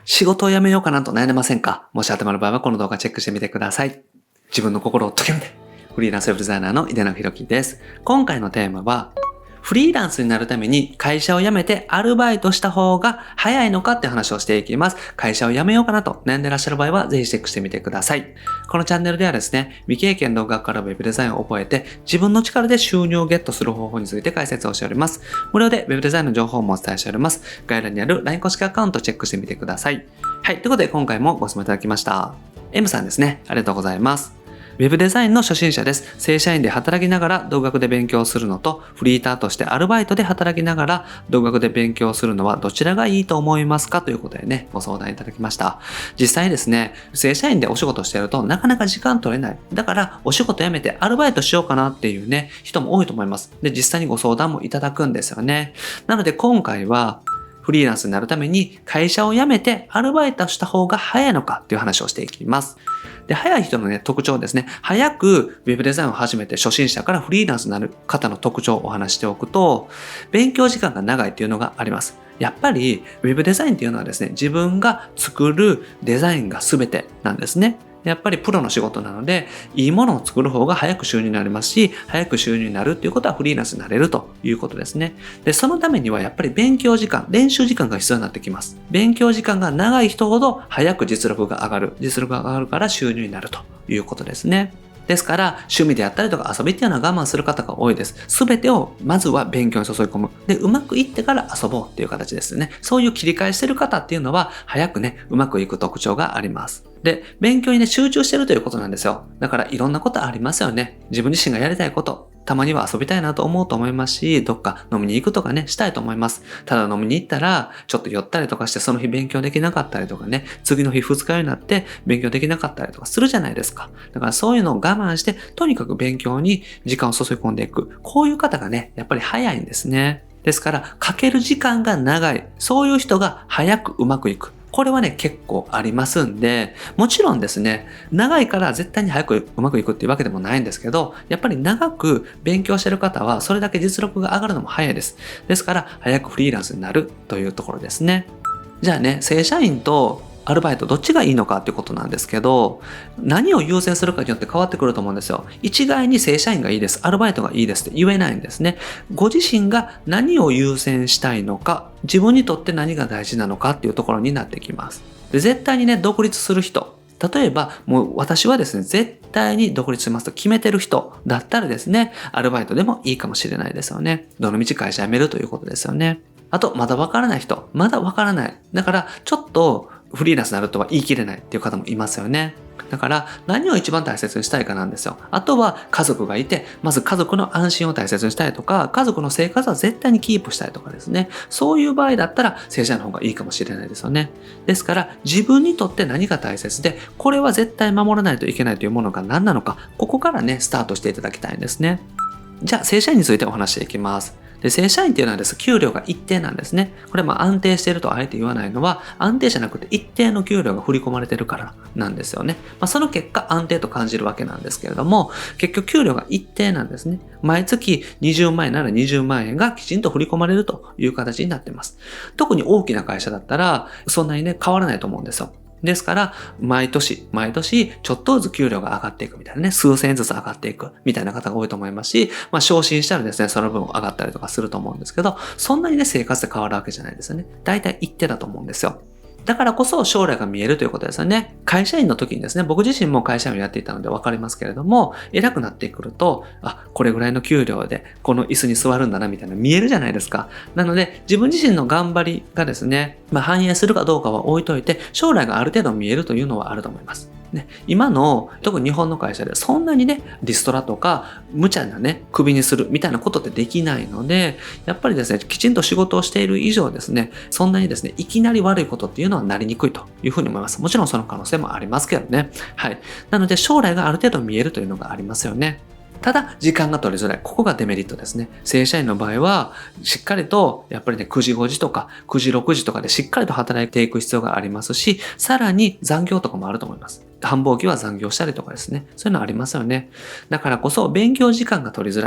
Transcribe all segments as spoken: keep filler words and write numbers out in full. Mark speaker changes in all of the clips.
Speaker 1: 仕事を辞めようかなと悩んでませんか？もし頭の場合はこの動画チェックしてみてください。自分の心を解きめて。フリーランスウェブデザイナーの井出永弘樹です。今回のテーマは、フリーランスになるために会社を辞めてアルバイトした方が早いのかって話をしていきます。会社を辞めようかなと悩んでらっしゃる場合はぜひチェックしてみてください。このチャンネルではですね、未経験の学からウェブデザインを覚えて自分の力で収入をゲットする方法について解説をしております。無料でウェブデザインの情報もお伝えしております。概要欄にある ライン 公式アカウントをチェックしてみてください。はい、ということで今回もご質問いただきました。M さんですね。ありがとうございます。ウェブデザインの初心者です。正社員で働きながら独学で勉強するのと、フリーターとしてアルバイトで働きながら独学で勉強するのはどちらがいいと思いますかということでね、ご相談いただきました。実際ですね、正社員でお仕事してるとなかなか時間取れない。だからお仕事辞めてアルバイトしようかなっていうね、人も多いと思います。で、実際にご相談もいただくんですよね。なので今回は、フリーランスになるために会社を辞めてアルバイトした方が早いのかっていう話をしていきます。で、早い人のね、特徴ですね。早くウェブデザインを始めて初心者からフリーランスになる方の特徴をお話しておくと、勉強時間が長いっていうのがあります。やっぱりウェブデザインっていうのはですね、自分が作るデザインが全てなんですね。やっぱりプロの仕事なので、いいものを作る方が早く収入になりますし、早く収入になるっていうことはフリーランスになれるということですね。で、そのためにはやっぱり勉強時間、練習時間が必要になってきます。勉強時間が長い人ほど早く実力が上がる。実力が上がるから収入になるということですね。ですから、趣味であったりとか遊びっていうのは我慢する方が多いです。すべてをまずは勉強に注ぎ込む。で、うまくいってから遊ぼうっていう形ですね。そういう切り替えしてる方っていうのは、早くね、うまくいく特徴があります。で、勉強にね、集中してるということなんですよ。だからいろんなことありますよね。自分自身がやりたいこと、たまには遊びたいなと思うと思いますし、どっか飲みに行くとかね、したいと思います。ただ飲みに行ったら、ちょっと寄ったりとかしてその日勉強できなかったりとかね、次の日二日酔いになって勉強できなかったりとかするじゃないですか。だからそういうのを我慢して、とにかく勉強に時間を注ぎ込んでいく。こういう方がね、やっぱり早いんですね。ですから、かける時間が長い。そういう人が早くうまくいく。これはね、結構ありますんで、もちろんですね、長いから絶対に早くうまくいくっていうわけでもないんですけど、やっぱり長く勉強してる方は、それだけ実力が上がるのも早いです。ですから、早くフリーランスになるというところですね。じゃあね、正社員とアルバイトどっちがいいのかっていうことなんですけど、何を優先するかによって変わってくると思うんですよ。一概に正社員がいいです、アルバイトがいいですって言えないんですね。ご自身が何を優先したいのか、自分にとって何が大事なのかっていうところになってきます。で、絶対にね、独立する人。例えば、もう私はですね、絶対に独立しますと決めてる人だったらですね、アルバイトでもいいかもしれないですよね。どのみち会社辞めるということですよね。あと、まだわからない人。まだわからない。だから、ちょっとフリーランスになるとは言い切れないっていう方もいますよね。だから、何を一番大切にしたいかなんですよ。あとは、家族がいて、まず家族の安心を大切にしたいとか、家族の生活は絶対にキープしたいとかですね。そういう場合だったら、正社員の方がいいかもしれないですよね。ですから、自分にとって何が大切で、これは絶対守らないといけないというものが何なのか、ここからね、スタートしていただきたいんですね。じゃあ、正社員についてお話していきます。で、正社員っていうのはです、給料が一定なんですね。これはまあ安定しているとあえて言わないのは、安定じゃなくて一定の給料が振り込まれてるからなんですよね。まあ、その結果安定と感じるわけなんですけれども、結局給料が一定なんですね。毎月にじゅうまんえんならにじゅうまんえんがきちんと振り込まれるという形になっています。特に大きな会社だったら、そんなにね、変わらないと思うんですよ。ですから、毎年、毎年、ちょっとずつ給料が上がっていくみたいなね、数千円ずつ上がっていくみたいな方が多いと思いますし、まあ、昇進したらですね、その分上がったりとかすると思うんですけど、そんなにね、生活で変わるわけじゃないですよね。だいたい一定だと思うんですよ。だからこそ将来が見えるということですよね。会社員の時にですね、僕自身も会社員をやっていたので分かりますけれども、偉くなってくると、あ、これぐらいの給料でこの椅子に座るんだなみたいな見えるじゃないですか。なので、自分自身の頑張りがですね、まあ、反映するかどうかは置いといて、将来がある程度見えるというのはあると思います。ね、今の、特に日本の会社でそんなにね、リストラとか、無茶なね、クビにするみたいなことってできないので、やっぱりですね、きちんと仕事をしている以上ですね、そんなにですね、いきなり悪いことっていうのはなりにくいというふうに思います。もちろんその可能性もありますけどね。はい。なので、将来がある程度見えるというのがありますよね。ただ、時間が取りづらい。ここがデメリットですね。正社員の場合は、しっかりと、やっぱりね、くじごじとか、くじろくじとかでしっかりと働いていく必要がありますし、さらに残業とかもあると思います。繁忙期は残業したりとかですね。そういうのありますよね。だからこそ、勉強時間が取りづらい。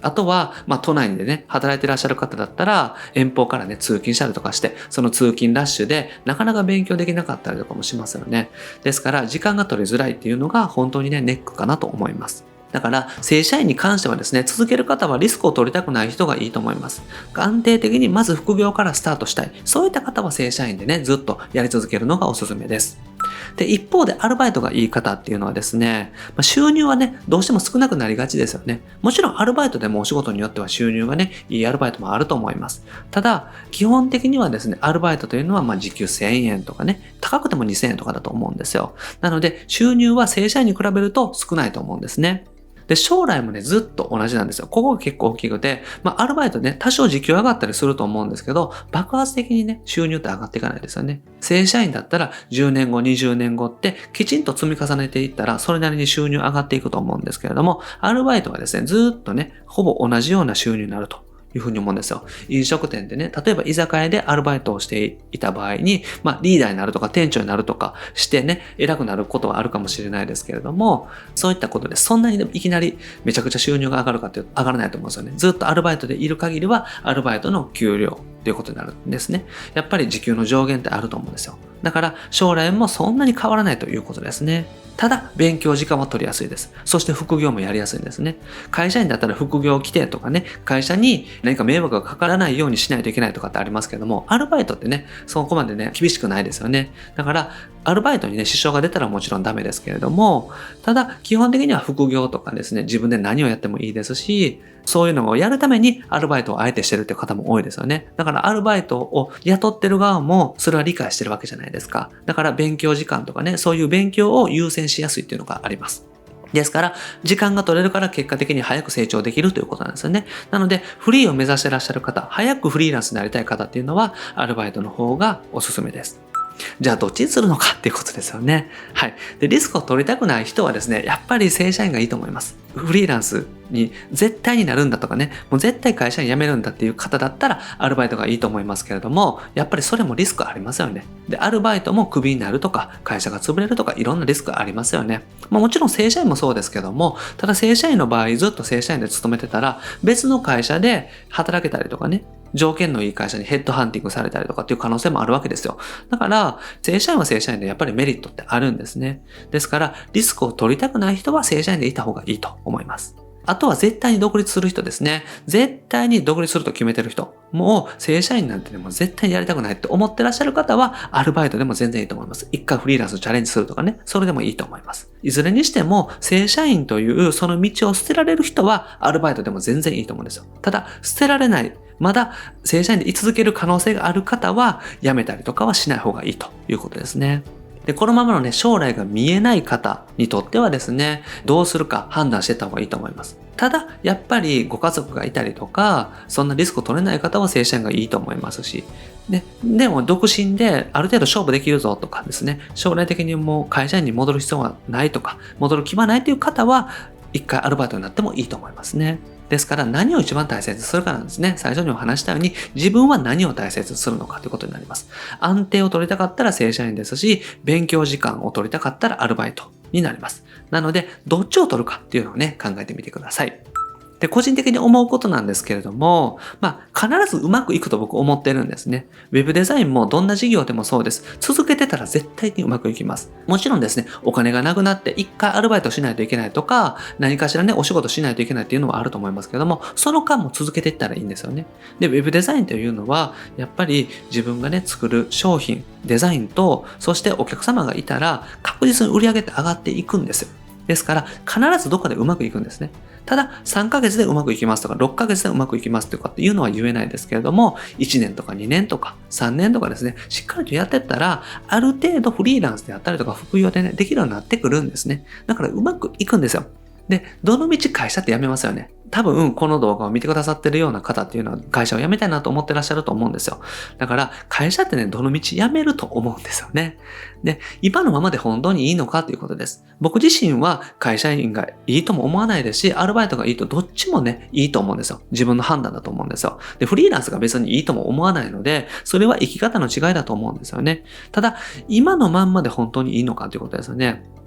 Speaker 1: あとは、まあ、都内でね、働いてらっしゃる方だったら、遠方からね、通勤したりとかして、その通勤ラッシュで、なかなか勉強できなかったりとかもしますよね。ですから、時間が取りづらいっていうのが、本当にね、ネックかなと思います。だから、正社員に関してはですね、続ける方はリスクを取りたくない人がいいと思います。安定的にまず副業からスタートしたい。そういった方は正社員でね、ずっとやり続けるのがおすすめです。で、一方でアルバイトがいい方っていうのはですね、まあ、収入はね、どうしても少なくなりがちですよね。もちろんアルバイトでもお仕事によっては収入がね、いいアルバイトもあると思います。ただ、基本的にはですね、アルバイトというのはまあ時給せんえんとかね、高くてもにせんえんとかだと思うんですよ。なので、収入は正社員に比べると少ないと思うんですね。で、将来もね、ずっと同じなんですよ。ここが結構大きくて、まあ、アルバイトね、多少時給上がったりすると思うんですけど、爆発的にね、収入って上がっていかないですよね。正社員だったらじゅうねんご、にじゅうねんごってきちんと積み重ねていったら、それなりに収入上がっていくと思うんですけれども、アルバイトはですね、ずっとね、ほぼ同じような収入になるというふうに思うんですよ。飲食店でね、例えば居酒屋でアルバイトをしていた場合に、まあリーダーになるとか店長になるとかしてね、偉くなることはあるかもしれないですけれども、そういったことでそんなにいきなりめちゃくちゃ収入が上がるかというと上がらないと思うんですよね。ずっとアルバイトでいる限りはアルバイトの給料ということになるんですね。やっぱり時給の上限ってあると思うんですよ。だから将来もそんなに変わらないということですね。ただ、勉強時間は取りやすいです。そして副業もやりやすいんですね。会社員だったら副業規定とかね、会社に何か迷惑がかからないようにしないといけないとかってありますけども、アルバイトってね、そこまでね、厳しくないですよね。だから、アルバイトにね、支障が出たらもちろんダメですけれども、ただ、基本的には副業とかですね、自分で何をやってもいいですし、そういうのをやるためにアルバイトをあえてしてるっていう方も多いですよね。だからアルバイトを雇ってる側もそれは理解してるわけじゃないですか。だから勉強時間とかね、そういう勉強を優先しやすいっていうのがあります。ですから、時間が取れるから結果的に早く成長できるということなんですよね。なので、フリーを目指してらっしゃる方、早くフリーランスになりたい方っていうのは、アルバイトの方がおすすめです。じゃあどっちにするのかっていうことですよね。はい。で、リスクを取りたくない人はですね、やっぱり正社員がいいと思います。フリーランスに絶対になるんだとかね、もう絶対会社に辞めるんだっていう方だったらアルバイトがいいと思いますけれども、やっぱりそれもリスクありますよね。で、アルバイトもクビになるとか、会社が潰れるとか、いろんなリスクありますよね。まあもちろん正社員もそうですけども、ただ正社員の場合ずっと正社員で勤めてたら、別の会社で働けたりとかね、条件のいい会社にヘッドハンティングされたりとかっていう可能性もあるわけですよ。だから、正社員は正社員でやっぱりメリットってあるんですね。ですから、リスクを取りたくない人は正社員でいた方がいいと思います。あとは絶対に独立する人ですね。絶対に独立すると決めてる人。もう正社員なんてね、もう絶対にやりたくないって思ってらっしゃる方は、アルバイトでも全然いいと思います。一回フリーランスチャレンジするとかね、それでもいいと思います。いずれにしても、正社員というその道を捨てられる人は、アルバイトでも全然いいと思うんですよ。ただ、捨てられない。まだ正社員で居続ける可能性がある方は、辞めたりとかはしない方がいいということですね。で、このままのね、将来が見えない方にとってはですね、どうするか判断していった方がいいと思います。ただ、やっぱりご家族がいたりとか、そんなリスクを取れない方は正社員がいいと思いますし、で、でも独身である程度勝負できるぞとかですね、将来的にもう会社員に戻る必要がないとか、戻る気はないという方は、一回アルバイトになってもいいと思いますね。ですから何を一番大切にするかなんですね。最初にお話したように自分は何を大切にするのかということになります。安定を取りたかったら正社員ですし、勉強時間を取りたかったらアルバイトになります。なので、どっちを取るかっていうのをね、考えてみてください。で、個人的に思うことなんですけれども、まあ、必ずうまくいくと僕思ってるんですね。ウェブデザインもどんな事業でもそうです。続けてたら絶対にうまくいきます。もちろんですね、お金がなくなって一回アルバイトしないといけないとか、何かしらね、お仕事しないといけないっていうのはあると思いますけども、その間も続けていったらいいんですよね。で、ウェブデザインというのは、やっぱり自分がね、作る商品、デザインと、そしてお客様がいたら、確実に売り上げって上がっていくんですよ。ですから、必ずどこかでうまくいくんですね。ただ、さんかげつでうまくいきますとか、ろっかげつでうまくいきますとかっていうのは言えないですけれども、いちねんとかにねんとかさんねんとかですね、しっかりとやってったら、ある程度フリーランスであったりとか副業でね、できるようになってくるんですね。だからうまくいくんですよ。で、どの道会社って辞めますよね。多分、この動画を見てくださってるような方っていうのは会社を辞めたいなと思ってらっしゃると思うんですよ。だから、会社ってね、どの道辞めると思うんですよね。で、今のままで本当にいいのかということです。僕自身は会社員がいいとも思わないですし、アルバイトがいいとどっちもね、いいと思うんですよ。自分の判断だと思うんですよ。で、フリーランスが別にいいとも思わないので、それは生き方の違いだと思うんですよね。ただ、今のまんまで本当にいいのかということですよね。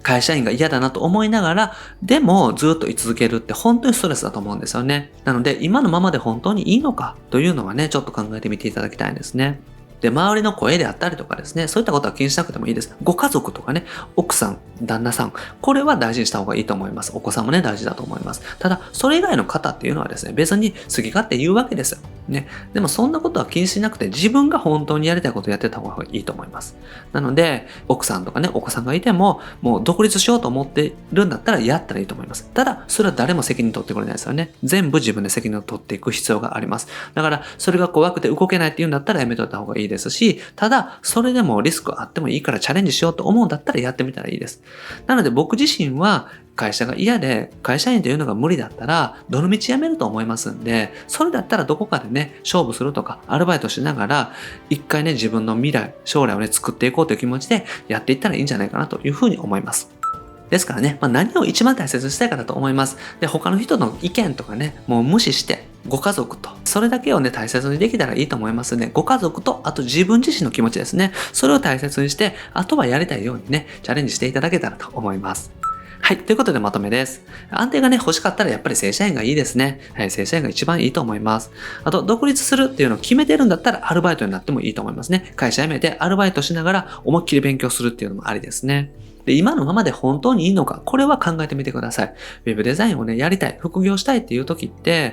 Speaker 1: 会社員が嫌だなと思いながら、でもずっと居続けるって本当にストレスだと思うんですよね。なので、今のままで本当にいいのかというのはね、ちょっと考えてみていただきたいんですね。で、周りの声であったりとかですね、そういったことは気にしなくてもいいです。ご家族とかね、奥さん、旦那さん、これは大事にした方がいいと思います。お子さんもね、大事だと思います。ただ、それ以外の方っていうのはですね、別に好き勝手言うわけです。ね。でも、そんなことは気にしなくて、自分が本当にやりたいことをやってた方がいいと思います。なので、奥さんとかね、お子さんがいても、もう独立しようと思ってるんだったら、やったらいいと思います。ただ、それは誰も責任取ってくれないですよね。全部自分で責任を取っていく必要があります。だから、それが怖くて動けないっていうんだったらやめといた方がいいですし、ただ、それでもリスクあってもいいからチャレンジしようと思うんだったらやってみたらいいです。なので僕自身は会社が嫌で会社員というのが無理だったらどの道辞めると思いますんで、それだったらどこかでね、勝負するとかアルバイトしながら一回ね、自分の未来、将来をね、作っていこうという気持ちでやっていったらいいんじゃないかなというふうに思います。ですからね、まあ、何を一番大切にしたいかだと思います。で、他の人の意見とかね、もう無視して、ご家族と、それだけをね、大切にできたらいいと思いますね。ご家族と、あと自分自身の気持ちですね。それを大切にして、あとはやりたいようにね、チャレンジしていただけたらと思います。はい。ということでまとめです。安定がね、欲しかったらやっぱり正社員がいいですね。はい。正社員が一番いいと思います。あと、独立するっていうのを決めてるんだったらアルバイトになってもいいと思いますね。会社辞めてアルバイトしながら思いっきり勉強するっていうのもありですね。で、今のままで本当にいいのか、これは考えてみてください。ウェブデザインをね、やりたい、副業したいっていう時って、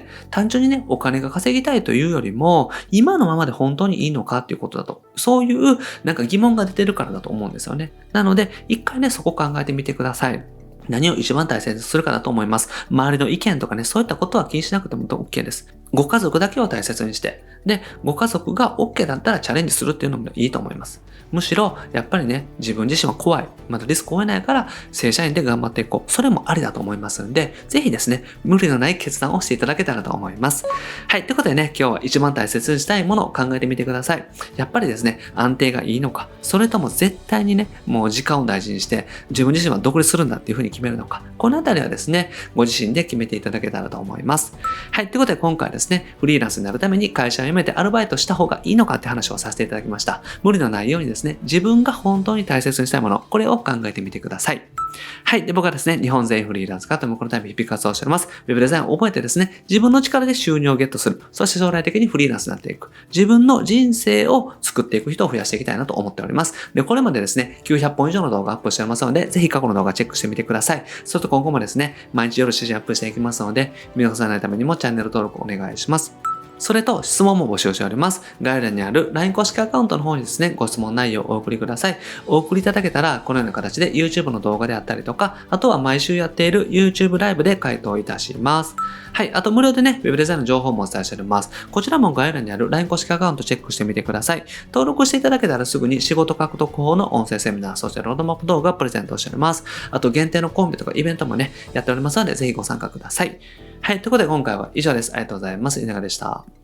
Speaker 1: 単純にね、お金が稼ぎたいというよりも、今のままで本当にいいのかっていうことだと、そういうなんか疑問が出てるからだと思うんですよね。なので、一回ね、そこ考えてみてください。何を一番大切にするかだと思います。周りの意見とかね、そういったことは気にしなくても OK です。ご家族だけを大切にして、で、ご家族が OK だったらチャレンジするっていうのもいいと思います。むしろ、やっぱりね、自分自身は怖い。まだリスクを負えないから、正社員で頑張っていこう。それもありだと思いますんで、ぜひですね、無理のない決断をしていただけたらと思います。はい、ということでね、今日は一番大切にしたいものを考えてみてください。やっぱりですね、安定がいいのか、それとも絶対にね、もう時間を大事にして、自分自身は独立するんだっていうふうに決めるのか、このあたりはですね、ご自身で決めていただけたらと思います。はい、ということで今回はですね、フリーランスになるために会社を辞めてアルバイトした方がいいのかって話をさせていただきました。無理のないようにですね、自分が本当に大切にしたいもの、これを考えてみてください。はい。で、僕はですね、日本全員フリーランス化というこのために日々活動しております。ウェブデザインを覚えてですね、自分の力で収入をゲットする。そして将来的にフリーランスになっていく。自分の人生を作っていく人を増やしていきたいなと思っております。で、これまでですね、きゅうひゃっぽん以上の動画アップしておりますので、ぜひ過去の動画チェックしてみてください。そうすると今後もですね、毎日夜しちじアップしていきますので、見逃さないためにもチャンネル登録お願いします。それと質問も募集しております。概要欄にある ライン 公式アカウントの方にですね、ご質問内容をお送りください。お送りいただけたら、このような形で YouTube の動画であったりとか、あとは毎週やっている YouTube ライブで回答いたします。はい。あと無料でね、Web デザインの情報もお伝えしております。こちらも概要欄にある ライン 公式アカウントチェックしてみてください。登録していただけたらすぐに仕事獲得法の音声セミナー、そしてロードマップ動画をプレゼントしております。あと限定のコンビとかイベントもね、やっておりますので、ぜひご参加ください。はい。ということで今回は以上です。ありがとうございます。稲賀でした。